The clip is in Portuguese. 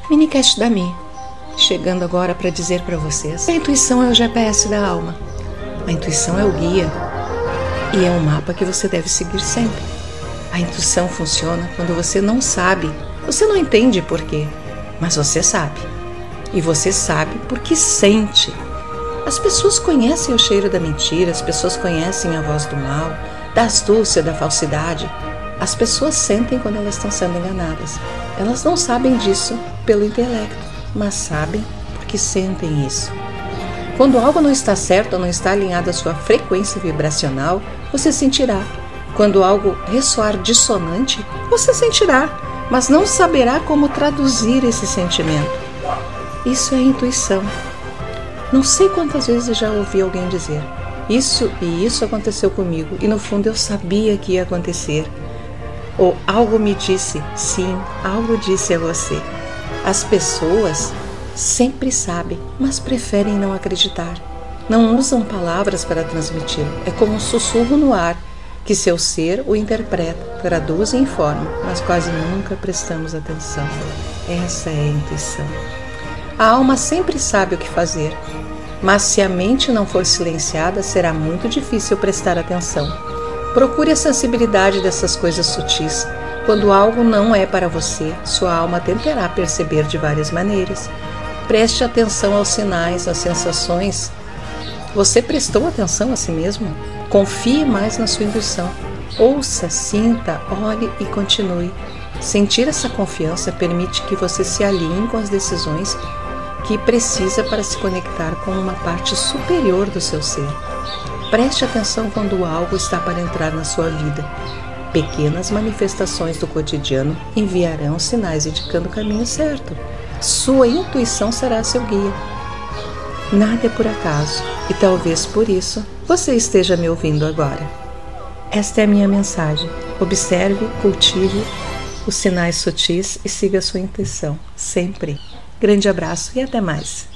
Minicast da Mi, chegando agora para dizer para vocês: a intuição é o GPS da alma, a intuição é o guia e é um mapa que você deve seguir sempre. A intuição funciona quando você não sabe, você não entende por quê, mas você sabe. E você sabe porque sente. As pessoas conhecem o cheiro da mentira, as pessoas conhecem a voz do mal, da astúcia, da falsidade. As pessoas sentem quando elas estão sendo enganadas. Elas não sabem disso pelo intelecto, mas sabem porque sentem isso. Quando algo não está certo ou não está alinhado à sua frequência vibracional, você sentirá. Quando algo ressoar dissonante, você sentirá, mas não saberá como traduzir esse sentimento. Isso é intuição. Não sei quantas vezes já ouvi alguém dizer: isso e isso aconteceu comigo, e no fundo eu sabia que ia acontecer. Ou algo me disse, sim, algo disse a você. As pessoas sempre sabem, mas preferem não acreditar. Não usam palavras para transmitir. É como um sussurro no ar, que seu ser o interpreta, traduz e informa, mas quase nunca prestamos atenção. Essa é a intuição. A alma sempre sabe o que fazer, mas se a mente não for silenciada, será muito difícil prestar atenção. Procure a sensibilidade dessas coisas sutis. Quando algo não é para você, sua alma tentará perceber de várias maneiras. Preste atenção aos sinais, às sensações. Você prestou atenção a si mesmo? Confie mais na sua intuição. Ouça, sinta, olhe e continue. Sentir essa confiança permite que você se alinhe com as decisões que precisa para se conectar com uma parte superior do seu ser. Preste atenção quando algo está para entrar na sua vida. Pequenas manifestações do cotidiano enviarão sinais indicando o caminho certo. Sua intuição será seu guia. Nada é por acaso, e talvez por isso você esteja me ouvindo agora. Esta é a minha mensagem. Observe, cultive os sinais sutis e siga a sua intuição, sempre. Grande abraço e até mais.